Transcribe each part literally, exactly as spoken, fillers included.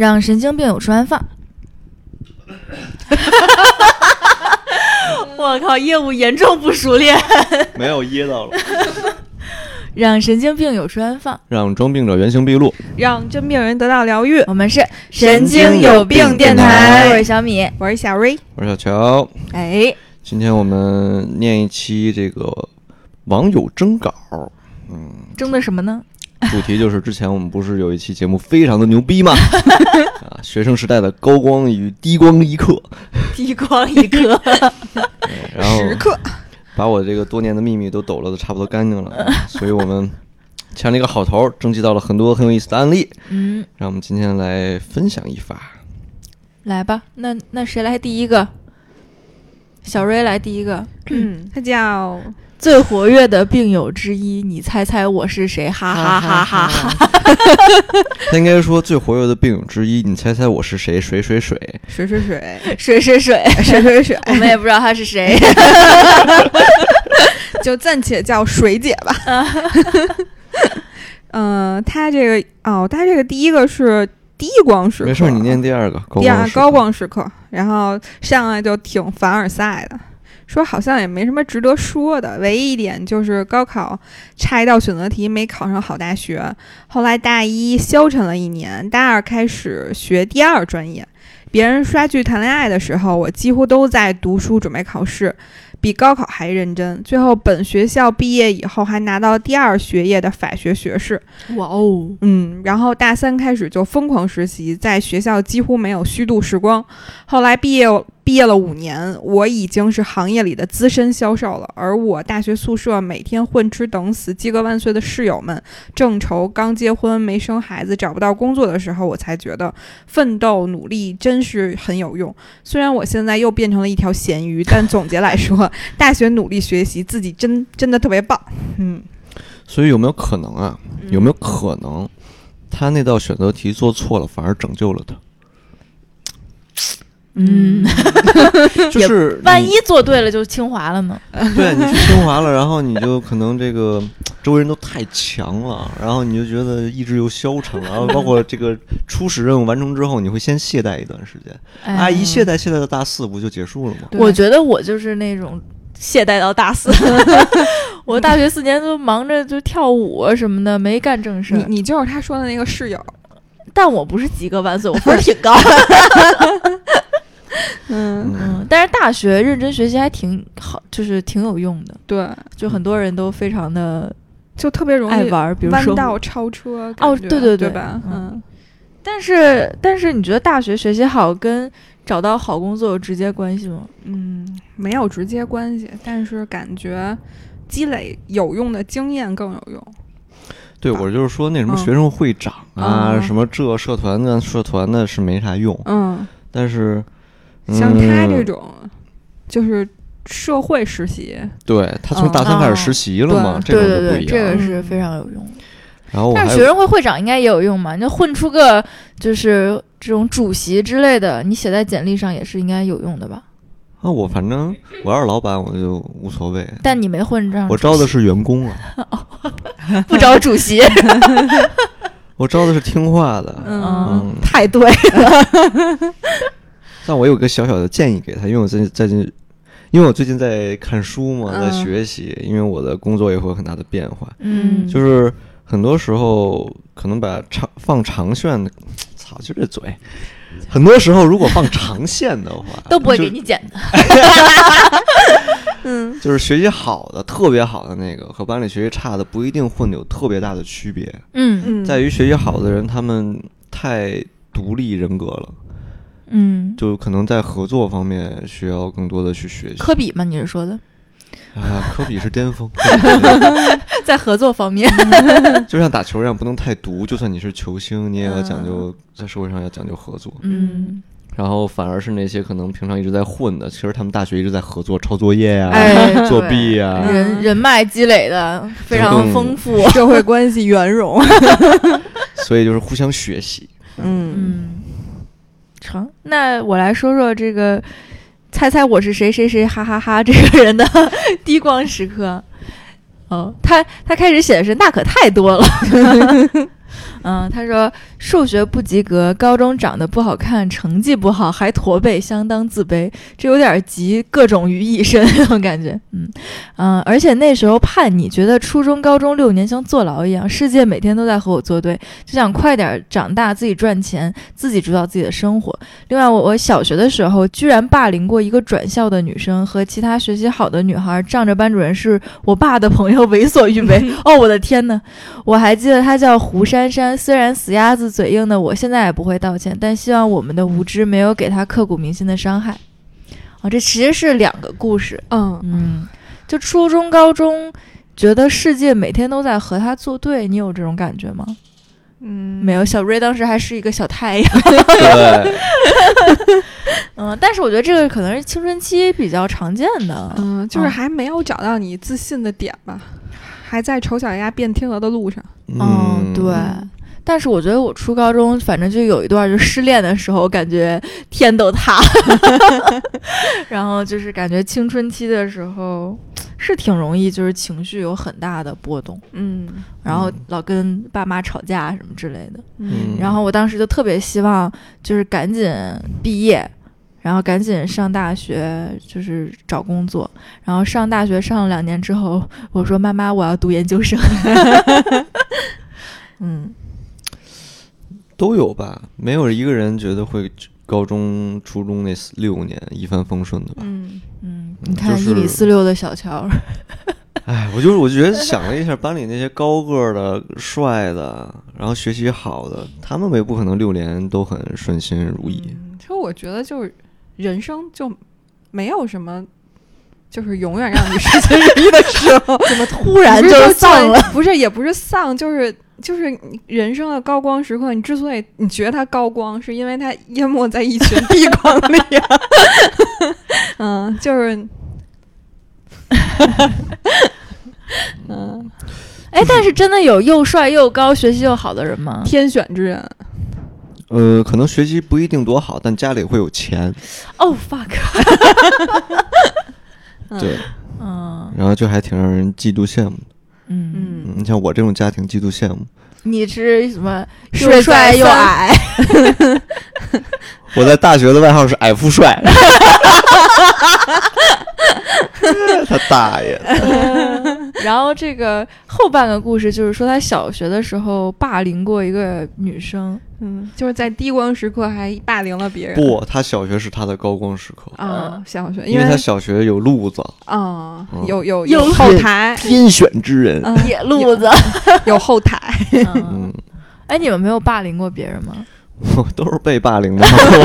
让神经病友吃完饭。我靠，业务严重不熟练。 没有噎到了。 让神经病友吃完饭， 让装病者原形毕露， 让真病人得到疗愈。 我们是神经有病电台，我是小米， 我是小瑞， 我是小乔。 哎， 今天我们念一期这个网友征稿，嗯， 征的什么呢？ 主题就是之前我们不是有一期节目非常的牛逼吗？啊，学生时代的高光与低光一刻， 低光一刻， 然后时刻把我这个多年的秘密都抖了的差不多干净了，所以我们抢了一个好头，征集到了很多很有意思的案例。 嗯， 让我们今天来分享一发。 来吧，那那谁来第一个？小瑞来第一个。 嗯，他叫最活跃的病友之一，你猜猜我是谁？哈哈哈哈哈！ 他应该说最活跃的病友之一，你猜猜我是谁？水水水水水水水水水水水水， 我们也不知道他是谁， 就暂且叫水姐吧。嗯、呃，他这个哦，他这个第一个是低光时刻， 没事，你念第二个。 第二高光时刻，然后上来就挺凡尔赛的。说好像也没什么值得说的，唯一一点就是高考差一道选择题没考上好大学，后来大一消沉了一年，大二开始学第二专业。别人刷剧谈恋爱的时候，我几乎都在读书准备考试，比高考还认真。最后本学校毕业以后还拿到第二学业的法学学士。 哇哦， 嗯，然后大三开始就疯狂实习，在学校几乎没有虚度时光。后来毕业毕业了五年，我已经是行业里的资深销售了，而我大学宿舍每天混吃等死、饥饿万岁的室友们，正愁刚结婚没生孩子找不到工作的时候，我才觉得奋斗努力真是很有用。虽然我现在又变成了一条咸鱼，但总结来说，大学努力学习，自己真真的特别棒。嗯， 所以有没有可能啊？有没有可能，他那道选择题做错了，反而拯救了他？ 嗯， 就是万一做对了就清华了呢？ 对，你去清华了，然后你就可能这个周围人都太强了，然后你就觉得意志又消沉了，然后包括这个初始任务完成之后，你会先懈怠一段时间， 哎、 啊，一懈怠懈怠到大四不就结束了吗？ 我觉得我就是那种懈怠到大四，我大学四年都忙着就跳舞什么的，没干正事。 你你就是他说的那个室友， 但我不是及格万岁，我分儿挺高。嗯嗯，但是大学认真学习还挺好，就是挺有用的。 对， 就很多人都非常的就特别容易爱玩，比如说弯道超车。 哦，对对对， 对吧？ 嗯。 嗯， 但是但是你觉得大学学习好跟找到好工作有直接关系吗？ 嗯，没有直接关系，但是感觉积累有用的经验更有用。 对，我就是说那什么学生会长啊， 嗯、 什么这社团的社团的是没啥用。 嗯， 但是。 像他这种，就是社会实习， 对他从大三开始实习了嘛， 嗯、 这种就不一样。 对对对，这个是非常有用的。 然后， 但是学生会会长应该也有用嘛？你混出个就是这种主席之类的，你写在简历上也是应该有用的吧？ 啊，我反正我要是老板，我就无所谓。 但你没混上， 我招的是员工啊， 不招主席。 我招的是听话的。 嗯， 嗯太对了。 但我有个小小的建议给他，因为我最最近，因为我最近在看书嘛，在学习，嗯、因为我的工作也会有很大的变化。 嗯， 就是很多时候可能把长放长线的，操，就这嘴。很多时候如果放长线的话， 都不会给你剪的。 嗯， 就是学习好的、特别好的那个和班里学习差的不一定混得有特别大的区别。 嗯嗯， 在于学习好的人，他们太独立人格了。 嗯， 就可能在合作方面需要更多的去学习。 科比吗？你是说的？ 啊，科比是巅峰。 在合作方面， 就像打球一样，不能太独。就算你是球星，你也要讲究，在社会上要讲究合作。 嗯。 然后反而是那些可能平常一直在混的，其实他们大学一直在合作、抄作业呀、啊哎、 作弊呀、啊， 人人脉积累的非常丰富， 社会关系圆融。 所以就是互相学习。 嗯嗯。成，那我来说说这个猜猜我是谁谁谁哈哈哈这个人的低光时刻。哦，他他开始写的是那可太多了。 嗯，他说数学不及格，高中长得不好看，成绩不好，还驼背，相当自卑，这有点集各种于一身那种感觉。嗯嗯、呃，而且那时候叛逆，觉得初中、高中六年像坐牢一样，世界每天都在和我作对，就想快点长大，自己赚钱，自己主导自己的生活。另外，我我小学的时候居然霸凌过一个转校的女生，和其他学习好的女孩仗着班主任是我爸的朋友为所欲为。哦，我的天呐，我还记得她叫胡珊珊，虽然死鸭子嘴硬的我现在也不会道歉，但希望我们的无知没有给她刻骨铭心的伤害。哦，这其实是两个故事。 嗯嗯，就初中、高中觉得世界每天都在和她作对，你有这种感觉吗？ 嗯， 没有，小瑞当时还是一个小太阳。 对， 嗯，但是我觉得这个可能是青春期比较常见的。 嗯，就是还没有找到你自信的点吧，还在丑小鸭变天鹅的路上。 嗯，对。但是我觉得我初高中反正就有一段就失恋的时候，感觉天都塌了。然后就是感觉青春期的时候是挺容易，就是情绪有很大的波动。 嗯， 然后老跟爸妈吵架什么之类的。 嗯， 然后我当时就特别希望就是赶紧毕业，然后赶紧上大学，就是找工作。然后上大学上了两年之后，我说妈妈，我要读研究生。嗯， 都有吧，没有一个人觉得会高中、初中那六年一帆风顺的吧？ 嗯嗯，你看就是一米四六的小乔。 哎，我就是我觉得想了一下，班里那些高个的、帅的，然后学习好的，他们也不可能六年都很顺心如意。 嗯，其实我觉得就是人生就没有什么，就是永远让你顺心如意的时候。 怎么突然就丧了？ 不是，也不是丧，就是就是人生的高光时刻。你之所以你觉得它高光，是因为它淹没在一群地光里、啊。嗯，就是。嗯， 哎，但是真的有又帅又高、学习又好的人吗？ 天选之人。 呃，可能学习不一定多好，但家里会有钱。 哦、oh, fuck 。 对， 嗯， 然后就还挺让人嫉妒羡慕的。 嗯嗯， 你像我这种家庭嫉妒羡慕。 你是什么又帅又矮？ 我在大学的外号是矮富帅。他大爷。 然后这个后半个故事就是说，他小学的时候霸凌过一个女生， 嗯，就是在低光时刻还霸凌了别人。 不，他小学是他的高光时刻啊，小学， 因为他小学有路子啊， 嗯、 有有有后台， 天选之人， 嗯、 野路子， 有后台。 嗯， 哎，你们没有霸凌过别人吗？ 我都是被霸凌的。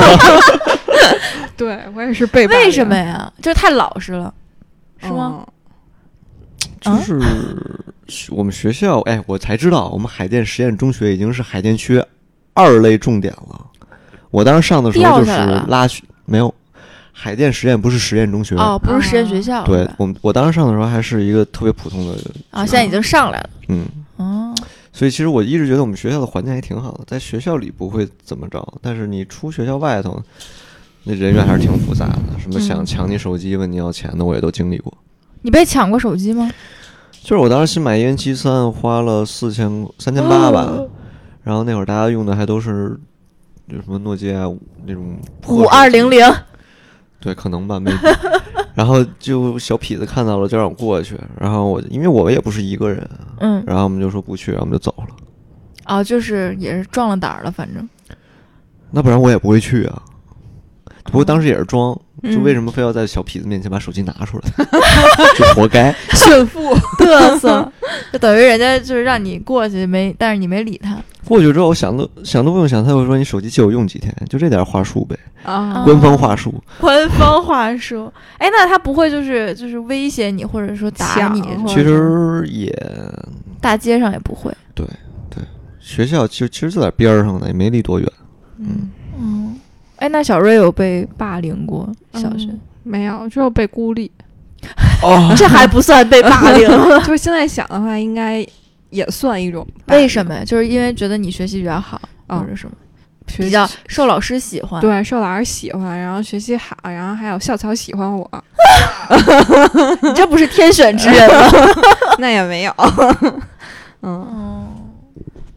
对，我也是被霸凌。 为什么呀？就是太老实了，是吗？ 嗯就是我们学校，哎，我才知道我们海淀实验中学已经是海淀区二类重点了。我当时上的时候就是拉学，没有海淀实验不是实验中学哦，不是实验学校。 对，我们我当时上的时候还是一个特别普通的啊，现在已经上来了。 嗯， 哦， 所以其实我一直觉得我们学校的环境还挺好的，在学校里不会怎么着，但是你出学校外头，那人员还是挺复杂的，什么想抢你手机、问你要钱的，我也都经历过。 你被抢过手机吗？ 就是我当时新买一元七三，花了四千三千八吧、哦，然后那会儿大家用的还都是就什么诺基亚那种五二零零， 对，可能吧，没。然后就小痞子看到了就让我过去，然后我因为我们也不是一个人， 嗯， 然后我们就说不去，然后我们就走了。 哦，就是也是撞了胆儿了，反正。 那不然我也不会去啊。不过当时也是装。就为什么么非要在小痞子面前把手机拿出来？就活该， 炫富嘚瑟，就等于人家就是让你过去没，但是你没理他。 过去之后想都想都不用想，他会说你手机借我用几天，就这点话术呗啊， 官方话术， 官方话术。哎，那他不会就是就是威胁你，或者说打你？ 其实也大街上也不会。 对对，学校其实其实就在边上的，也没离多远。 嗯嗯。哎，那小瑞有被霸凌过？小学、 嗯、没有，只有被孤立。 哦， 这还不算被霸凌。 就是现在想的话，应该也算一种。 为什么呀？就是因为觉得你学习比较好， 嗯、 或者什么，比较受老师喜欢。 对，受老师喜欢，然后学习好，然后还有校草喜欢我。 你这不是天选之人吗？ 那也没有。嗯。 哦，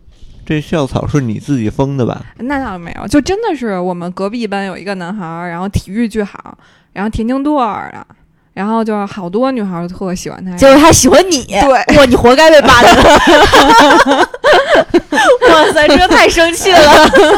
这校草是你自己封的吧？ 那倒没有，就真的是我们隔壁班有一个男孩，然后体育巨好，然后田径队儿的，然后就好多女孩都特别喜欢他， 结果他喜欢你， 对， 哇，你活该被霸凌。哇塞，这个太生气了。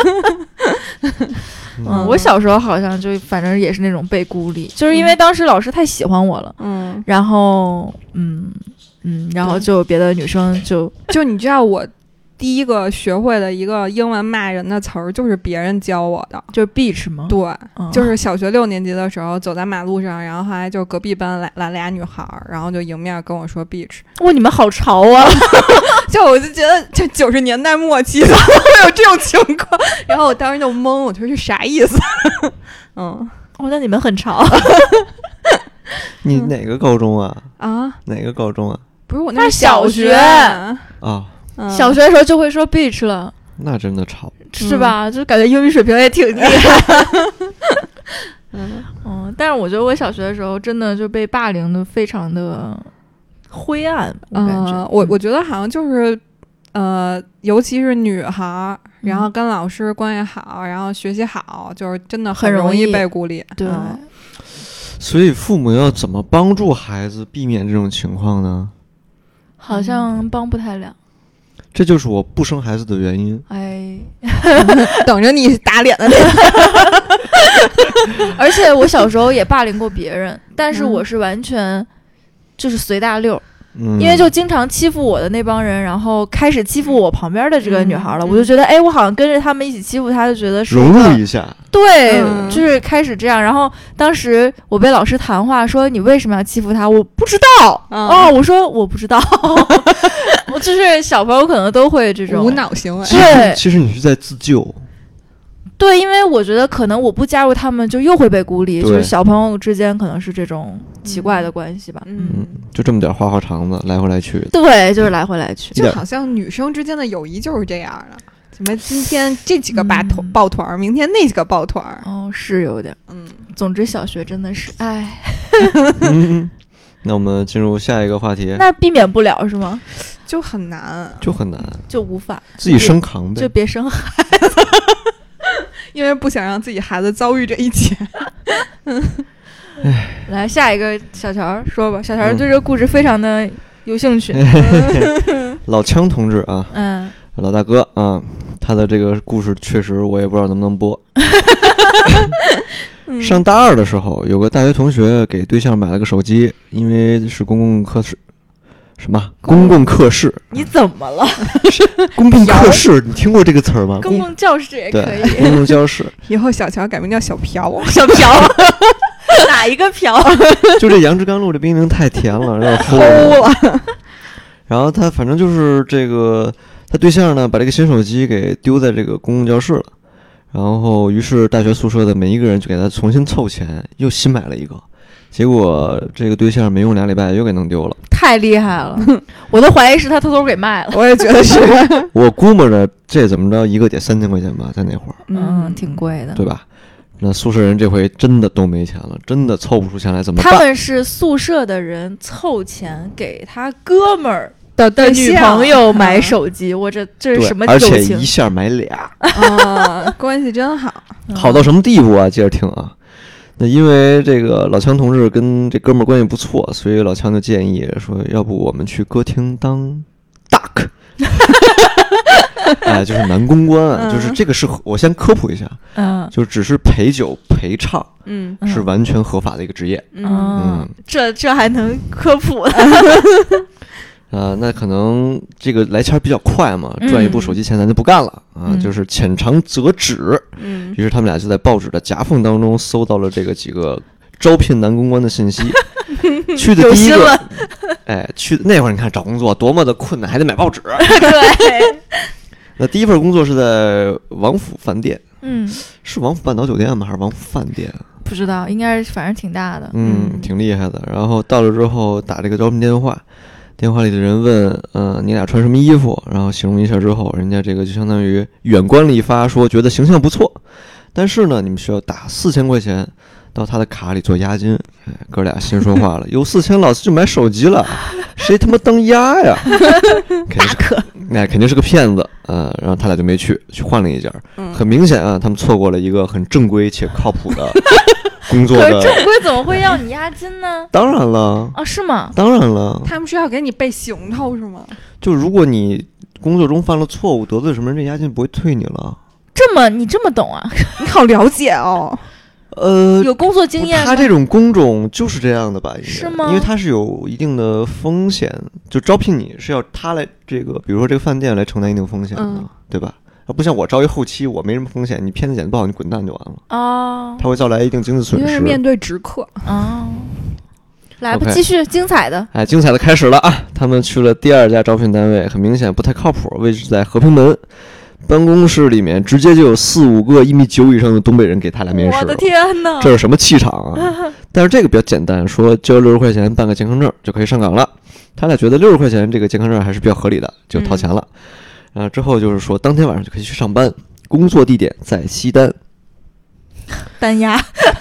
嗯，我小时候好像就反正也是那种被孤立，就是因为当时老师太喜欢我了， 嗯， 然后嗯嗯，然后就别的女生就就你知道我第一个学会的一个英文骂人的词儿就是别人教我的， 就是 bitch 吗？ 对， 嗯、 就是小学六年级的时候走在马路上，然后后来就隔壁班来来俩女孩，然后就迎面跟我说 bitch。 哇，你们好潮啊！ 就我就觉得这九十年代末期怎么会有这种情况？然后我当时就懵，我说是啥意思？嗯， 哦，那你们很潮。 你哪个高中啊？ 啊， 哪个高中啊？ 不是我那是小学啊。 嗯、 小学的时候就会说 bitch 了， 那真的潮， 是吧？嗯、就感觉英语水平也挺厉害。嗯嗯，但是我觉得我小学的时候真的就被霸凌的非常的灰暗，我感觉。 呃、我我觉得好像就是呃，尤其是女孩，然后跟老师关系好，然后学习好，就是真的很容易被孤立。 对、 嗯， 所以父母要怎么帮助孩子避免这种情况呢？ 好像帮不太了。 这就是我不生孩子的原因。 哎， 等着你打脸的那个。 而且我小时候也霸凌过别人，但是我是完全就是随大溜。 嗯， 因为就经常欺负我的那帮人，然后开始欺负我旁边的这个女孩了， 嗯、 我就觉得，哎，我好像跟着他们一起欺负她，就觉得是融入一下。 对、 嗯， 就是开始这样。然后当时我被老师谈话说，你为什么要欺负她？我不知道。 嗯、 哦，我说我不知道。我就是小朋友可能都会这种无脑行为。 对， 其实你是在自救。 对，因为我觉得可能我不加入他们就又会被孤立，就是小朋友之间可能是这种奇怪的关系吧。 嗯， 嗯就这么点花花肠子来回来去。 对，就是来回来去， 就好像女生之间的友谊就是这样的。什么今天这几个抱团抱团，明天那几个抱团。 哦，是有点。 嗯， 总之小学真的是，哎。 嗯，那我们进入下一个话题。 那避免不了是吗？ 就很难， 就很难， 就无法自己生扛呗， 就别生孩子。 因为不想让自己孩子遭遇这一切。 来下一个小乔说吧，小乔对这个故事非常的有兴趣。 嗯、老枪同志啊， 嗯， 老大哥啊，他的这个故事确实我也不知道能不能播。上大二的时候，有个大学同学给对象买了个手机，因为是公共课室。什么公共课室？ 你怎么了？ 公共课室，你听过这个词儿吗？ 公共教室也可以。 对，公共教室。 以后小乔改名叫小朴。 小朴，哪一个朴？ 就这杨枝甘露这冰淇淋太甜了，有点齁了。然后他反正就是这个，他对象呢把这个新手机给丢在这个公共教室了，然后于是大学宿舍的每一个人就给他重新凑钱，又新买了一个。结果这个对象没用俩礼拜又给弄丢了， 太厉害了！我都怀疑是他偷偷给卖了。 我也觉得是。 我估摸着这怎么着一个得三千块钱吧，在那会儿， 嗯，挺贵的， 对吧？那宿舍人这回真的都没钱了，真的凑不出钱来，怎么办？ 他们是宿舍的人凑钱给他哥们儿的的女朋友买手机，我这这是什么友情？ 而且一下买俩啊，关系真好， 好到什么地步啊？接着听啊。那因为这个老枪同志跟这哥们儿关系不错，所以老枪就建议说，要不我们去歌厅当 duck， 哎，就是男公关啊，嗯、就是这个是我先科普一下，嗯，就只是陪酒陪唱，嗯，是完全合法的一个职业， 嗯，嗯这这还能科普？ 啊、呃，那可能这个来钱比较快嘛，赚一部手机钱咱就不干了、嗯、啊，就是浅尝辄止。嗯，于是他们俩就在报纸的夹缝当中搜到了这个几个招聘男公关的信息。去的第一个，哎，去那会儿你看找工作多么的困难，还得买报纸。 对。 那第一份工作是在王府饭店， 嗯， 是王府半岛酒店吗？还是王府饭店？ 不知道，应该是反正挺大的， 嗯，嗯挺厉害的。然后到了之后打这个招聘电话。电话里的人问，呃，你俩穿什么衣服？然后形容一下之后，人家这个就相当于远观了一发，说觉得形象不错，但是呢，你们需要打四千块钱到他的卡里做押金。哎，哥俩心说话了，有四千，老子就买手机了。 谁他妈当鸭呀？大可，那、哎、肯定是个骗子，呃，然后他俩就没去，去换了一家。嗯、很明显啊，他们错过了一个很正规且靠谱的工作的。 可是正规怎么会要你押金呢？ 当然了。 啊，是吗？ 当然了。 他们是要给你背行头是吗？ 就如果你工作中犯了错误，得罪什么人，这押金不会退你了。 这么你这么懂啊？ 你好了解哦。 呃， 有工作经验吗？ 他这种工种就是这样的吧？ 是吗？ 因为他是有一定的风险，就招聘你是要他来这个，比如说这个饭店来承担一定风险的，嗯、对吧？不像我招一后期，我没什么风险，你片子剪得不好，你滚蛋就完了。哦，他会造来一定经济损失。 因为是面对直客。 哦，来吧， okay, 继续精彩的。 哎，精彩的开始了啊！他们去了第二家招聘单位，很明显不太靠谱，位置在和平门。办公室里面直接就有四五个一米九以上的东北人给他俩面试。 我的天哪， 这是什么气场啊？但是这个比较简单，说交六十块钱办个健康证就可以上岗了。他俩觉得六十块钱这个健康证还是比较合理的，就掏钱了。嗯、啊，之后就是说当天晚上就可以去上班，工作地点在西单。 单押。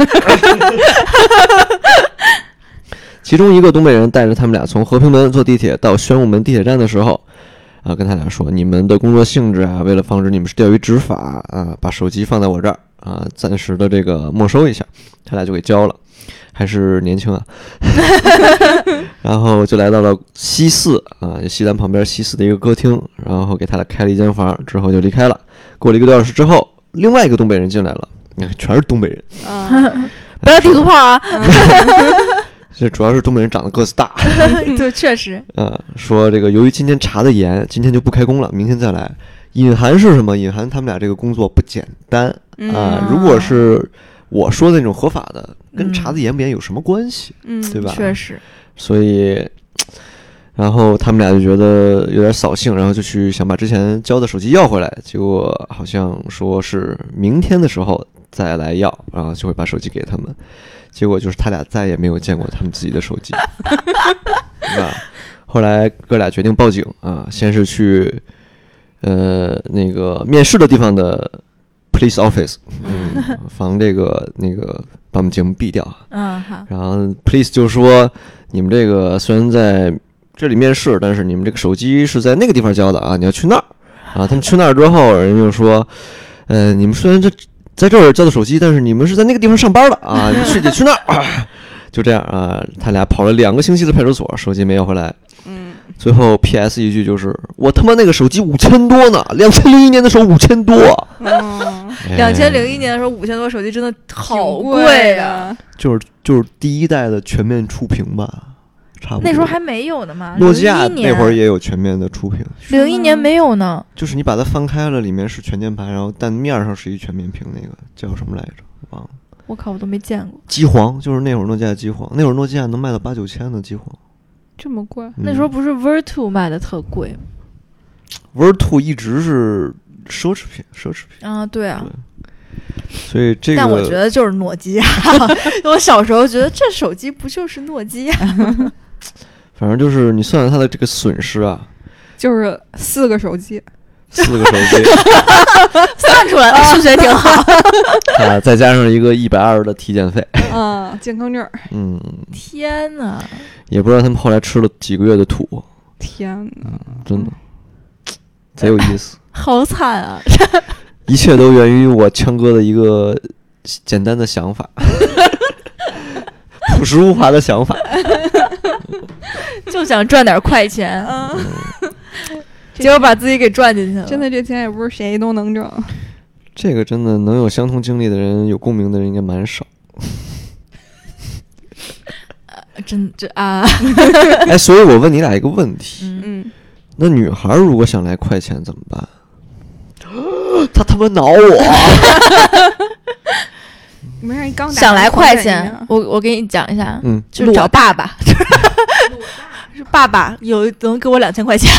其中一个东北人带着他们俩从和平门坐地铁到宣武门地铁站的时候。啊，跟他俩说，你们的工作性质啊，为了防止你们是钓鱼执法啊，把手机放在我这儿啊，暂时的这个没收一下，他俩就给交了，还是年轻啊。然后就来到了西四啊，西单旁边西四的一个歌厅，然后给他俩开了一间房，之后就离开了。过了一个多小时之后，另外一个东北人进来了，你看全是东北人， 啊、不要地图炮啊。 这主要是东北人长得个子大。 对，确实。 呃，说这个由于今天查的严，今天就不开工了，明天再来。隐含是什么？隐含他们俩这个工作不简单啊、嗯呃。如果是我说的那种合法的，跟查的严不严有什么关系？嗯，对吧？ 确实。 所以，然后他们俩就觉得有点扫兴，然后就去想把之前交的手机要回来，结果好像说是明天的时候再来要，然后就会把手机给他们。结果就是他俩再也没有见过他们自己的手机，是吧？后来哥俩决定报警啊，先是去呃那个面试的地方的 police office， 嗯，防这个那个把我们节目毙掉啊。 嗯，好。 然后 police 就说，你们这个虽然在这里面试，但是你们这个手机是在那个地方交的啊，你要去那儿啊。他们去那儿之后，人就说，呃，你们虽然这。在这儿交的手机，但是你们是在那个地方上班的啊，你去得去那儿、啊，就这样啊。他俩跑了两个星期的派出所，手机没要回来。嗯，最后 P S 一句就是，我他妈那个手机五千多呢，两千零一年的时候五千多。 嗯，两千零一年的时候五千多，手机真的好贵啊。 就是就是第一代的全面触屏吧。差不多那时候还没有呢嘛， 诺基亚那会儿也有全面的触屏， 零一年没有呢。 就是你把它翻开了，里面是全键盘，然后但面上是一全面屏，那个叫什么来着？忘了。 我靠，我都没见过。 机皇就是那会儿诺基亚机皇，那会儿诺基亚能卖到八九千的机皇， 这么贵？ 嗯、那时候不是 Virtu 卖的特贵吗 ？Virtu 一直是奢侈品，奢侈品啊，对啊。 对所以这个， 但我觉得就是诺基亚。我小时候觉得这手机不就是诺基亚？ 反正就是你算算它的这个损失啊， 就是四个手机， 四个手机， 算出来了，数学挺好。 啊，再加上一个一百二的体检费， 啊，健康证。 嗯， 天哪！ 也不知道他们后来吃了几个月的土。 天哪， 嗯、真的贼有意思， 好惨啊！ 一切都源于我枪哥的一个简单的想法，朴实无华的想法。 就想赚点快钱，嗯，结果把自己给赚进去了。 真的，这钱也不是谁都能挣。 这个真的能有相同经历的人，有共鸣的人应该蛮少。 呃、真这啊！ 哎，所以我问你俩一个问题： 嗯， 那女孩如果想来快钱怎么办？他他妈挠我！ 没事，你刚想来快钱，我我给你讲一下， 嗯， 就是找爸爸。是爸爸有能给我两千块钱。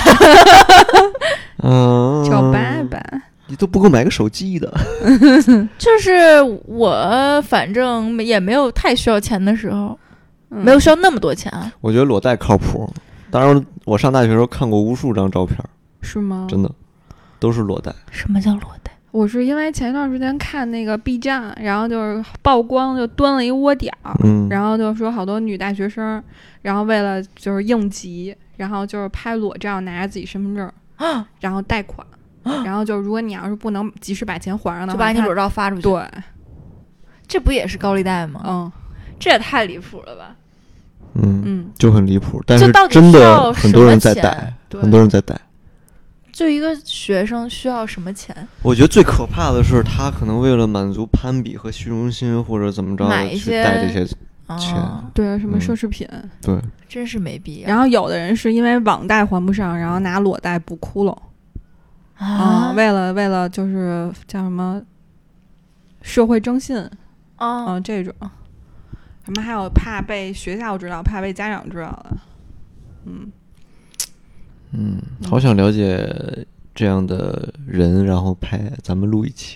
嗯， 找爸爸， 你都不够买个手机的。 就是我反正也没有太需要钱的时候，嗯、没有需要那么多钱。 我觉得裸贷靠谱。当然，我上大学的时候看过无数张照片。 是吗？ 真的，都是裸贷。 什么叫裸贷？ 我是因为前一段时间看那个 B 站，然后就是曝光就蹲了一窝点儿， 嗯， 然后就说好多女大学生，然后为了就是应急，然后就是拍裸照，拿着自己身份证， 啊， 然后贷款，啊、然后就如果你要是不能及时把钱还上的话， 就把你裸照发出去。 对， 这不也是高利贷吗？ 嗯， 这也太离谱了吧。 嗯嗯， 就很离谱，但是到底真的需要很多人在什么贷， 钱很多人在贷。 就一个学生需要什么钱？ 我觉得最可怕的是，他可能为了满足攀比和虚荣心，或者怎么着去买一些贷这些钱。 哦、 对，什么奢侈品、 嗯，对， 真是没必要。 然后有的人是因为网贷还不上，然后拿裸贷补窟窿啊、 嗯，为了为了就是叫什么社会征信啊、 嗯，这种什么还有怕被学校知道，怕被家长知道的，嗯。 嗯，好想了解这样的人，然后拍咱们录一期。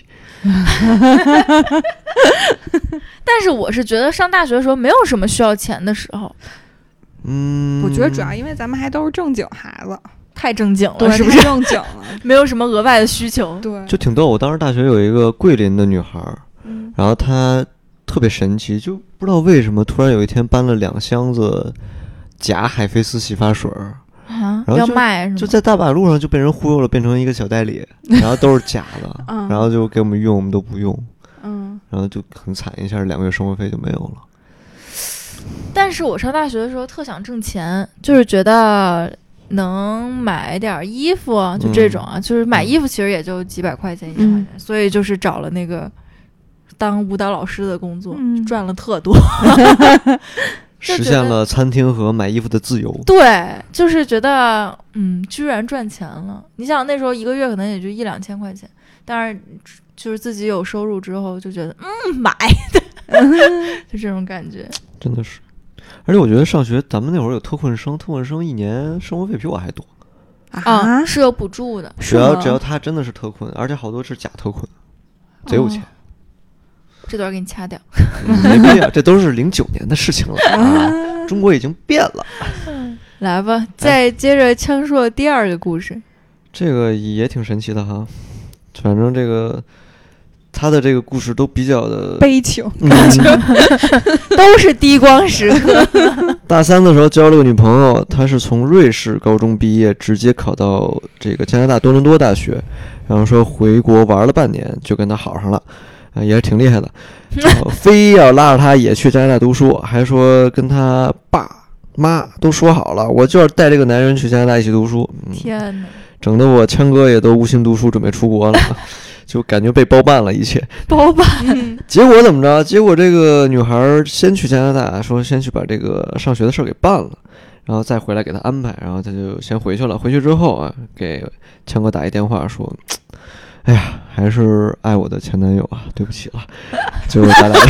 但是我是觉得上大学的时候没有什么需要钱的时候。 嗯， 我觉得主要因为咱们还都是正经孩子， 太正经了， 对， 是不是？ 太正经了， 没有什么额外的需求。 对， 就挺逗。我当时大学有一个桂林的女孩， 嗯， 然后她特别神奇，就不知道为什么突然有一天搬了两箱子假海飞丝洗发水儿。 啊， 然后就要卖是吗？ 就在大马路上就被人忽悠了，变成一个小代理，然后都是假的， 嗯、 然后就给我们用，我们都不用， 嗯， 然后就很惨，一下两个月生活费就没有了。 但是我上大学的时候特想挣钱，就是觉得能买点衣服，就这种啊，嗯、就是买衣服其实也就几百块钱、一千块钱、嗯，所以就是找了那个当舞蹈老师的工作，嗯、赚了特多。 实现了餐厅和买衣服的自由。 对，就是觉得嗯，居然赚钱了。你想那时候一个月可能也就一两千块钱，但是就是自己有收入之后就觉得嗯买的，就这种感觉。 真的是，而且我觉得上学咱们那会儿有特困生，特困生一年生活费比我还多啊，是有补助的。 只要只要他真的是特困，而且好多是假特困，贼有钱。哦， 这段给你掐掉， 没必要，这都是零九年的事情了啊！中国已经变了。 来吧，再接着枪说第二个故事。 这个也挺神奇的哈，反正这个他的这个故事都比较的悲情， 嗯、 都是低光时刻。 大三的时候交了个女朋友，她是从瑞士高中毕业，直接考到这个加拿大多伦多大学，然后说回国玩了半年，就跟她好上了。也是挺厉害的，非要拉着他也去加拿大读书，还说跟他爸妈都说好了，我就要带这个男人去加拿大一起读书。 嗯、天哪！ 整得我枪哥也都无心读书，准备出国了，就感觉被包办了一切。 包办。 结果怎么着？结果这个女孩先去加拿大，说先去把这个上学的事儿给办了，然后再回来给他安排，然后他就先回去了。回去之后啊，给枪哥打一电话说。哎呀，还是爱我的前男友啊，对不起了，就是咱俩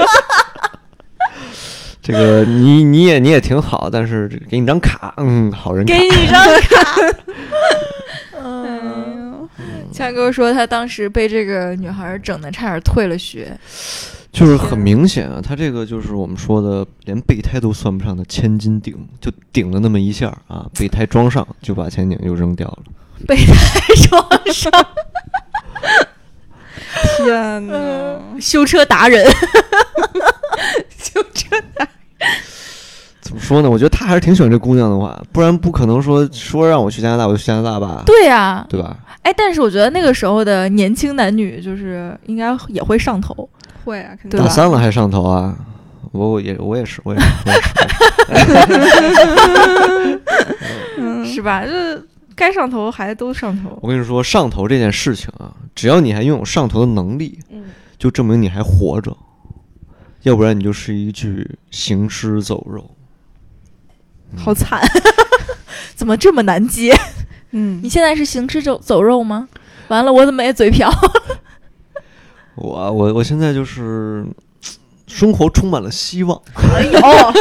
这个你你也你也挺好，但是给你张卡，嗯，好人卡， 给你张卡。嗯，强哥说他当时被这个女孩整的差点退了学， 就是很明显啊，他这个就是我们说的连备胎都算不上的千斤顶，就顶了那么一下啊，备胎装上就把前顶又扔掉了， 备胎装上。 天哪！ 修车达人，修车达人， 怎么说呢？我觉得他还是挺喜欢这姑娘的话，不然不可能说说让我去加拿大我就去加拿大吧？ 对呀、啊， 对吧？ 哎，但是我觉得那个时候的年轻男女就是应该也会上头， 会啊，肯定大三了还上头啊！我我也我也是我也是， 嗯、是吧？就是该上头还都上头。 我跟你说，上头这件事情啊，只要你还拥有上头的能力， 嗯， 就证明你还活着，要不然你就是一具行尸走肉。 嗯、好惨，怎么这么难接？ 嗯， 你现在是行尸走走肉吗？完了，我怎么也嘴瓢？ 我我我现在就是生活充满了希望。 哎呦，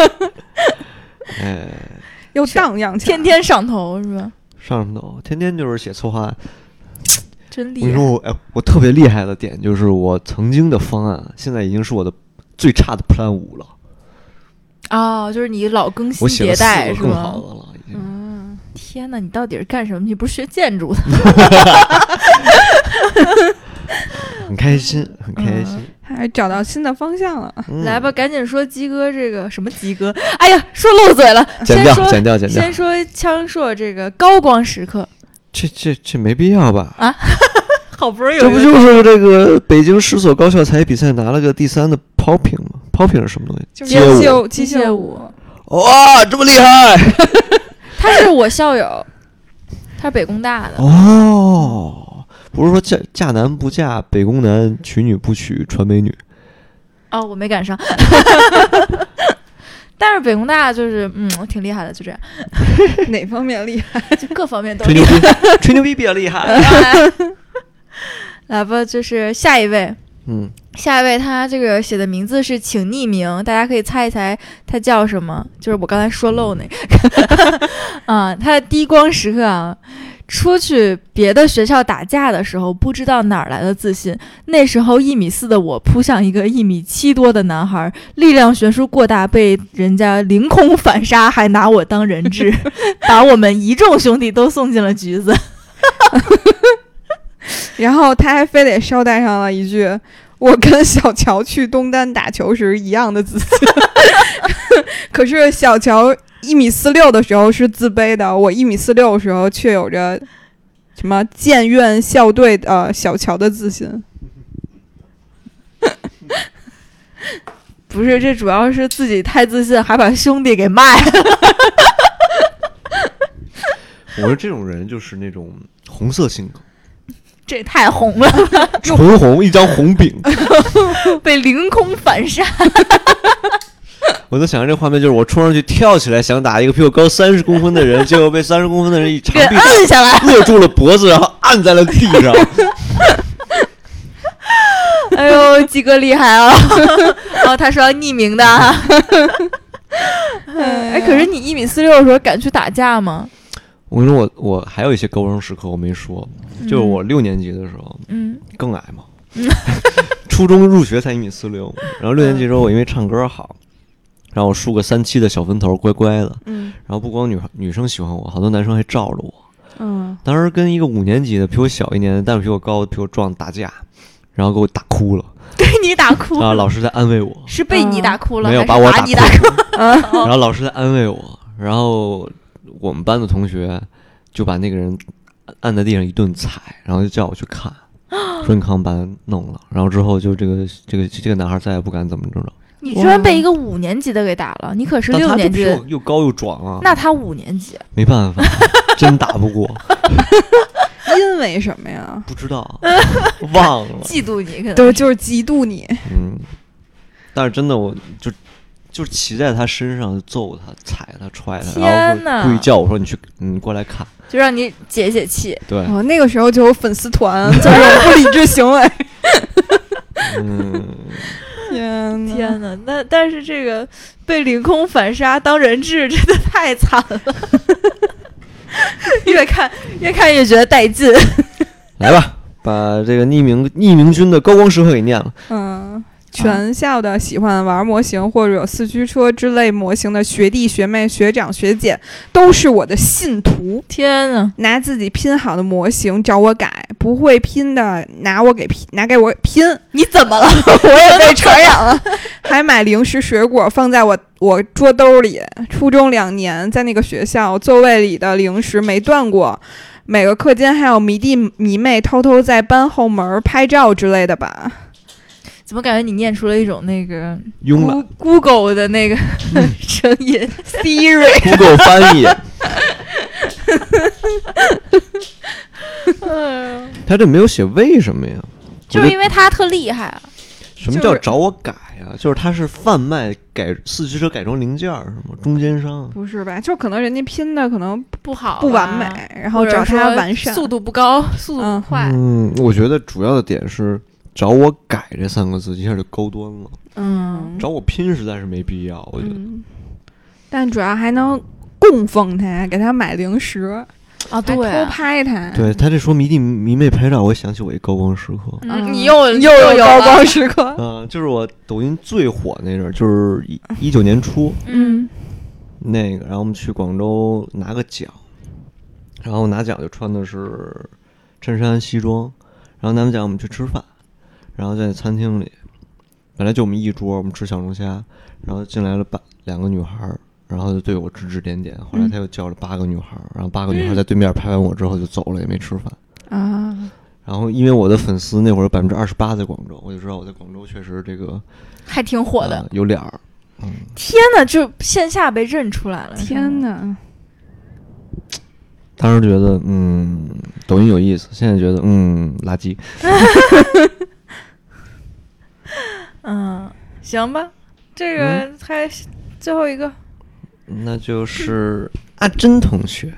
哎， 又荡漾起来， 天天上头是吧？ 上头，天天就是写策划， 真厉害！ 我跟你说我，哎，我特别厉害的点就是我曾经的方案，现在已经是我的最差的 Plan 五了。 哦，就是你老更新我写了迭代是更吗？ 好的了，已经。 嗯，天哪，你到底是干什么？你不是学建筑的？ 很开心，很开心， 嗯、还找到新的方向了。 嗯、来吧，赶紧说鸡哥这个什么鸡哥？哎呀，说漏嘴了， 剪掉，剪掉，剪掉。 先说枪硕这个高光时刻， 这这这没必要吧？ 啊，好不容易有， 这不就是这个北京十所高校才艺比赛拿了个第三的 popping 吗 ？popping 是什么东西？ 机械舞，机械舞。 哇，这么厉害！ 他是我校友，他是北工大的。 哦，不是说嫁嫁男不嫁，北工男娶女不娶传媒女。 哦，我没赶上。但是北工大就是嗯挺厉害的，就这样。 哪方面厉害？ 就各方面都厉害。 吹牛逼，吹牛逼比较厉害。 来吧，就是下一位。 嗯， 下一位他这个写的名字是请匿名，大家可以猜一猜他叫什么，就是我刚才说漏那个。啊，他的低光时刻啊，出去别的学校打架的时候，不知道哪儿来的自信。那时候一米四的我扑向一个一米七多的男孩，力量悬殊过大，被人家凌空反杀，还拿我当人质，把我们一众兄弟都送进了局子。 然后他还非得捎带上了一句：“我跟小乔去东单打球时一样的自信。”可是小乔一米四六的时候是自卑的，我一米四六的时候却有着什么建院校队的、呃、小乔的自信。 不是，这主要是自己太自信，还把兄弟给卖了。 我说这种人就是那种红色性格。 这太红了， 纯红，一张红饼， 被凌空反杀。 我都想着这画面，就是我冲上去跳起来想打一个比我高三十公分的人，结果被三十公分的人一长臂摁下来， 扼住了脖子，然后按在了地上。 哎呦，鸡哥厉害啊！哦，他说要匿名的、啊。哎，可是你一米四六的时候敢去打架吗？ 我跟你说，我我还有一些高光时刻我没说，嗯、就是我六年级的时候， 嗯， 更矮嘛，嗯、初中入学才一米四六，然后六年级的时候我因为唱歌好，然后我梳个三七的小分头，乖乖的， 嗯， 然后不光女女生喜欢我，好多男生还罩着我， 嗯， 当时跟一个五年级的比我小一年，但是比我高的比我壮打架，然后给我打哭了， 被你打哭了， 啊，老师在安慰我， 是被你打哭了， 没有把我打你打哭了，然后老师在安慰我，然后我们班的同学就把那个人按在地上一顿踩，然后就叫我去看，说你看把他弄了，然后之后就这个这个这个男孩再也不敢怎么着了。 你居然被一个五年级的给打了，你可是六年级的， 又高又壮啊。 那他五年级， 没办法，真打不过。 因为什么呀？ 不知道，忘了。 嫉妒你，可能对，就是嫉妒你。 嗯，但是真的，我就就是骑在他身上，就揍他、踩他、踹他，然后故意叫我说：“你去，你过来看。” 就让你解解气。 对， 哦，那个时候就有粉丝团这种不理智行为。 嗯， 天哪天哪！那但是这个被凌空反杀当人质，真的太惨了。越看越看越觉得带劲。 来吧，把这个匿名匿名君的高光时刻给念了。 嗯。全校的喜欢玩模型或者有四驱车之类模型的学弟学妹学长学姐都是我的信徒。 天哪， 拿自己拼好的模型找我改，不会拼的拿我给拼拿给我拼。 你怎么了？ 我也被传染了。还买零食水果放在我我桌兜里。初中两年在那个学校，座位里的零食没断过，每个课间还有迷弟迷妹偷偷在班后门拍照之类的吧。 怎么感觉你念出了一种那个慵懒 Google 的那个声音 ？Siri Google 翻译。他这没有写为什么呀？ 就是因为他特厉害啊。 什么叫找我改啊？就是他是贩卖改四驱车改装零件是吗？中间商？ 不是吧？就可能人家拼的可能不好不完美，然后找他完善， 速度不高，速度不快。 嗯，我觉得主要的点是。找我改这三个字一下就高端了， 嗯， 找我拼实在是没必要，我觉得。 嗯、但主要还能供奉他，给他买零食啊，对啊，偷拍他。 对他这说迷弟迷妹拍照，我想起我一高光时刻。 嗯，你又又有高光时刻。 嗯、呃，就是我抖音最火那阵儿，就是一一九年初， 嗯， 那个，然后我们去广州拿个奖，然后拿奖就穿的是衬衫西装，然后拿完奖我们去吃饭。 然后在餐厅里，本来就我们一桌，我们吃小龙虾，然后进来了八两个女孩，然后就对我指指点点。后来他又叫了八个女孩，然后八个女孩在对面拍完我之后就走了，也没吃饭啊。 然后因为我的粉丝那会儿百分之二十八在广州，我就知道我在广州确实这个还挺火的， 呃、有脸儿。嗯， 天哪，就线下被认出来了！ 天哪， 当时觉得嗯，抖音有意思，现在觉得嗯，垃圾。 嗯，行吧，这个还最后一个， 嗯、那就是阿珍同学。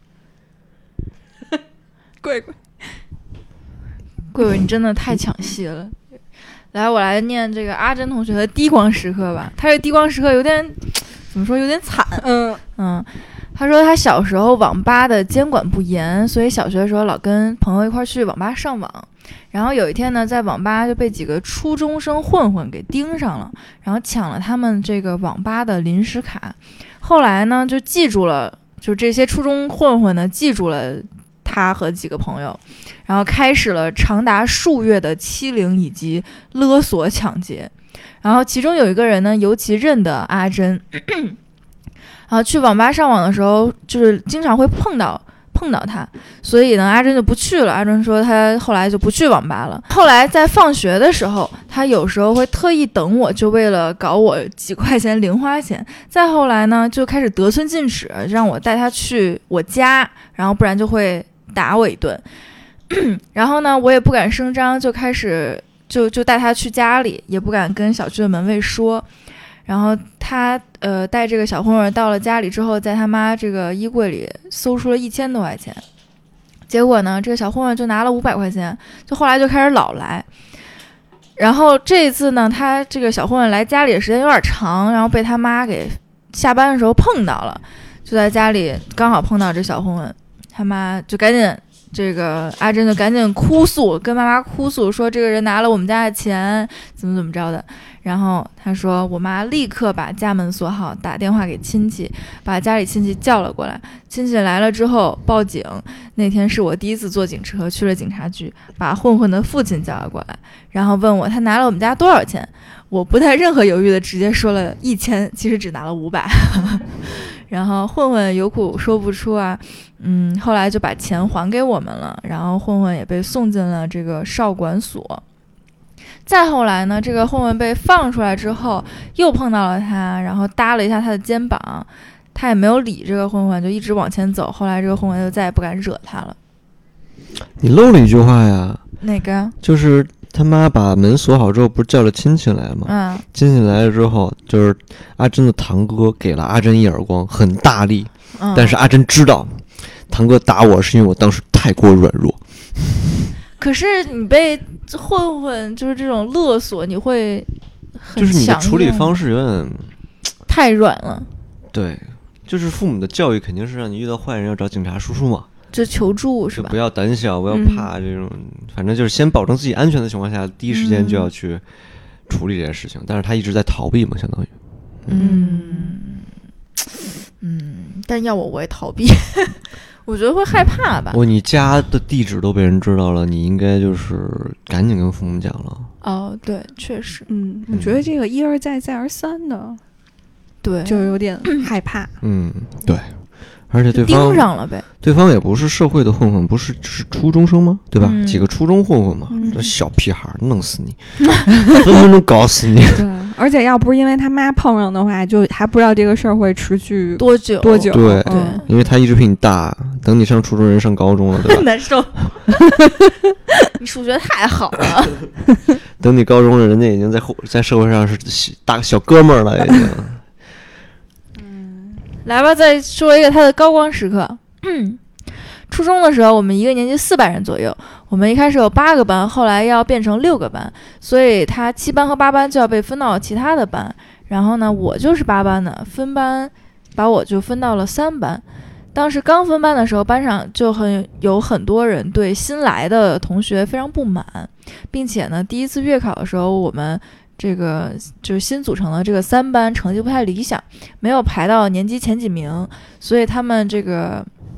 贵贵， 贵贵，你真的太抢戏了。来，我来念这个阿珍同学的低光时刻吧。他这低光时刻有点怎么说，有点惨。 嗯嗯，他说他小时候网吧的监管不严，所以小学的时候老跟朋友一块去网吧上网。然后有一天呢，在网吧就被几个初中生混混给盯上了，然后抢了他们这个网吧的临时卡。后来呢，就记住了，就这些初中混混呢记住了他和几个朋友，然后开始了长达数月的欺凌以及勒索抢劫。然后其中有一个人呢尤其认得阿珍，然后去网吧上网的时候就是经常会碰到碰到他，所以呢阿珍就不去了。阿珍说他后来就不去网吧了。后来在放学的时候，他有时候会特意等我，就为了搞我几块钱零花钱。再后来呢就开始得寸进尺，让我带他去我家，然后不然就会打我一顿。然后呢我也不敢声张，就开始就就带他去家里，也不敢跟小区的门卫说。然后他呃带这个小混混到了家里之后，在他妈这个衣柜里搜出了一千多块钱。结果呢这个小混混就拿了五百块钱，就后来就开始老来。然后这一次呢他这个小混混来家里的时间有点长，然后被他妈给下班的时候碰到了，就在家里刚好碰到这小混混，他妈就赶紧这个阿珍就赶紧哭诉，跟妈妈哭诉说这个人拿了我们家的钱怎么怎么着的。然后他说我妈立刻把家门锁好，打电话给亲戚，把家里亲戚叫了过来。亲戚来了之后报警。那天是我第一次坐警车去了警察局，把混混的父亲叫了过来，然后问我他拿了我们家多少钱。我不带任何犹豫的直接说了一千，其实只拿了五百。然后混混有苦说不出啊，嗯，后来就把钱还给我们了，然后混混也被送进了这个少管所。再后来呢，这个混混被放出来之后，又碰到了他，然后搭了一下他的肩膀，他也没有理这个混混，就一直往前走。后来这个混混就再也不敢惹他了。 你漏了一句话呀。 哪个？ 就是他妈把门锁好之后，不是叫了亲戚来吗？ 嗯， 亲戚来了之后，就是阿珍的堂哥给了阿珍一耳光，很大力。 嗯， 但是阿珍知道，堂哥打我是因为我当时太过软弱。 可是你被混混就是这种勒索，你会很就是你的处理方式有点太软了。 对，就是父母的教育肯定是让你遇到坏人要找警察叔叔嘛， 就求助是吧？ 就不要胆小，不要怕这种、嗯，反正就是先保证自己安全的情况下，第一时间就要去处理这件事情。嗯、但是他一直在逃避嘛，相当于。 嗯嗯，但要我我也逃避。我觉得会害怕吧。 我你家的地址都被人知道了，你应该就是赶紧跟父母讲了。 哦，对，确实， 嗯，我觉得这个一而再再而三的， 对， 就有点害怕。 嗯，对，而且对方盯上了呗。 对方也不是社会的混混，不是是初中生吗？对吧？嗯、几个初中混混嘛， 嗯、 这小屁孩弄死你，分分钟搞死你。 对，而且要不是因为他妈碰上的话，就还不知道这个事儿会持续多久多久。 对、 嗯， 因为他一直比你大，等你上初中，人上高中了，对吧？ 难受。你数学太好了。 等你高中了，人家已经在在社会上是大小哥们儿了，已经。 嗯，来吧，再说一个他的高光时刻。嗯，初中的时候，我们一个年级四百人左右，我们一开始有八个班，后来要变成六个班，所以他七班和八班就要被分到其他的班。然后呢，我就是八班的，分班把我就分到了三班。当时刚分班的时候，班上就很有很多人对新来的同学非常不满，并且呢，第一次月考的时候，我们这个就是新组成的这个三班成绩不太理想，没有排到年级前几名，所以他们这个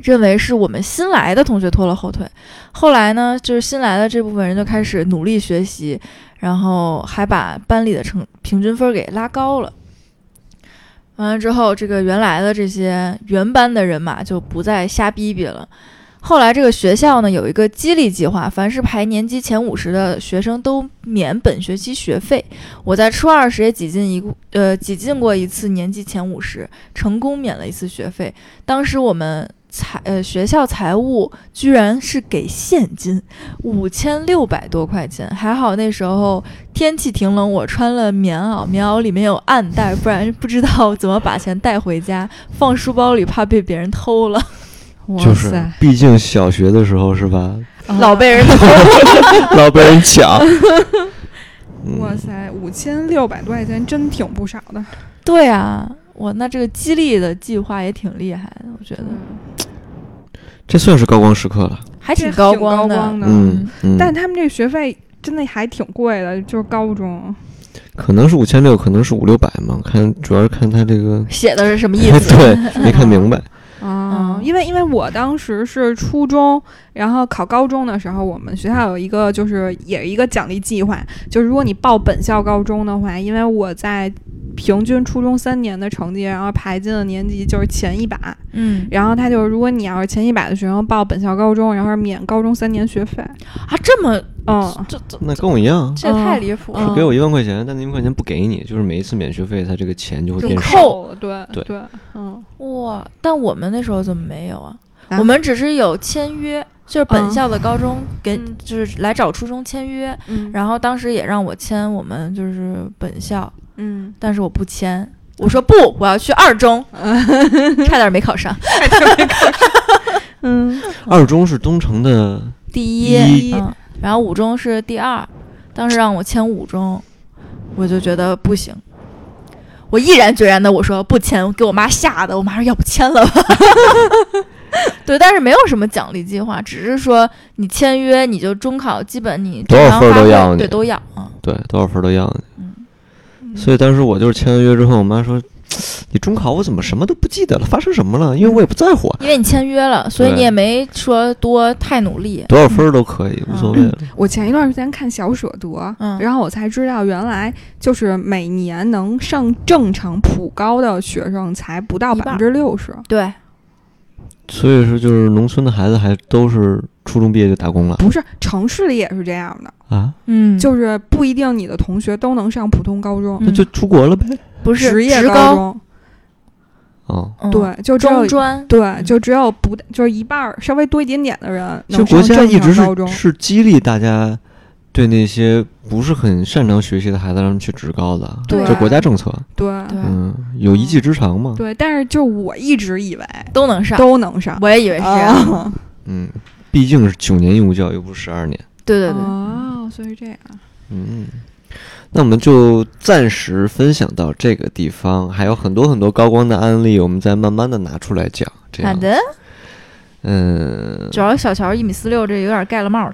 认为是我们新来的同学拖了后腿。后来呢，就是新来的这部分人就开始努力学习，然后还把班里的成平均分给拉高了。完了之后，这个原来的这些原班的人马就不再瞎逼逼了。后来这个学校呢有一个激励计划，凡是排年级前五十的学生都免本学期学费。我在初二时也挤进一呃挤进过一次年级前五十，成功免了一次学费。当时我们财呃学校财务居然是给现金五千六百多块钱，还好那时候天气挺冷，我穿了棉袄，棉袄里面有暗袋，不然不知道怎么把钱带回家，放书包里怕被别人偷了。 就是毕竟小学的时候是吧， 老被人偷老被人抢哇塞，五千六百多块钱真挺不少的。 对啊，我那这个激励的计划也挺厉害的，我觉得这算是高光时刻了， 还挺高光的。 光的嗯嗯， 但他们这学费真的还挺贵的，就是高中可能是五千六，可能是五六百嘛，看主要是看他这个写的是什么意思。 对，没看明白。 啊、嗯，因为因为我当时是初中，然后考高中的时候，我们学校有一个就是也一个奖励计划，就是如果你报本校高中的话，因为我在平均初中三年的成绩，然后排进了年级就是前一百， 嗯， 然后他就如果你要是前一百的学生报本校高中，然后免高中三年学费啊，这么嗯， 这这那跟我一样， 这也太离谱了。 是给我一万块钱，但那一万块钱不给你，就是每一次免学费，他这个钱就会变少。 扣了，对对对，嗯， 哇，但我们那时候怎么没有啊？ 啊我们只是有签约，就是本校的高中给、 嗯、 就是来找初中签约， 嗯， 然后当时也让我签我们就是本校， 嗯， 但是我不签，我说不，我要去二中，差点没考上， 差点没考上，嗯， 二中是东城的第一，嗯，然后五中是第二，当时让我签五中，我就觉得不行。我毅然决然的我说不签，给我妈吓的，我妈说要不签了吧。对，但是没有什么奖励计划，只是说你签约你就中考基本你多少分都要你， 对，都要啊、嗯， 对，多少分都要你。 嗯， 所以当时我就是签完约之后，我妈说你中考我怎么什么都不记得了，发生什么了？因为我也不在乎， 因为你签约了，所以你也没说多太努力， 多少分都可以，嗯、无所谓了、 嗯。我前一段时间看小舍得， 嗯， 然后我才知道原来就是每年能上正常普高的学生才不到百分之六十， 对。 所以说，就是农村的孩子还都是初中毕业就打工了， 不是城市里也是这样的啊？ 嗯， 就是不一定你的同学都能上普通高中， 那就出国了呗？ 不是职业高中。 哦， 对，就只有中专， 对，就只有不就是一半稍微多一点点的人能上正常高中。就国家一直是是激励大家对那些不是很擅长学习的孩子让他们去职高的， 对， 这国家政策。 对， 嗯，有一技之长嘛。 对，但是就我一直以为都能上， 都能上， 我也以为是这样。 啊、 嗯，毕竟是九年义务教育，不是十二年。 对对对。 哦，所以这样。 嗯。那我们就暂时分享到这个地方，还有很多很多高光的案例，我们再慢慢的拿出来讲。这样好的。 嗯， 主要小乔一米四六，这有点盖了帽了。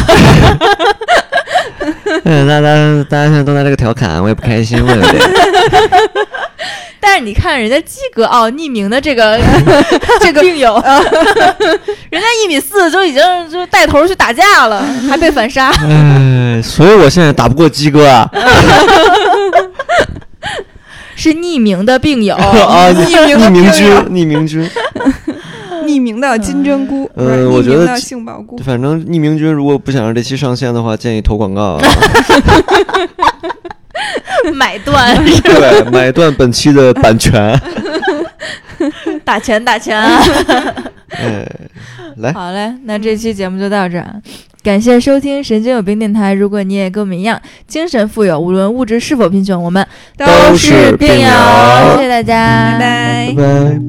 嗯，大家大家现在都拿这个调侃，我也不开心，对不对？ 但是你看人家鸡哥哦，匿名的这个这个病友，人家一米四就已经就带头去打架了，还被反杀。 哎，所以我现在打不过鸡哥啊。 是匿名的病友啊， 匿名匿名君，匿名君。 匿名的金针菇， 嗯，我觉得杏鲍菇。 反正匿名君如果不想让这期上线的话，建议投广告。 买断， 对，买断本期的版权。 打钱打钱啊！ 哎，来， 好嘞，那这期节目就到这儿。感谢收听神经有病电台。如果你也跟我们一样精神富有，无论物质是否贫穷，我们都是病友。 谢谢大家， 拜拜。 拜拜。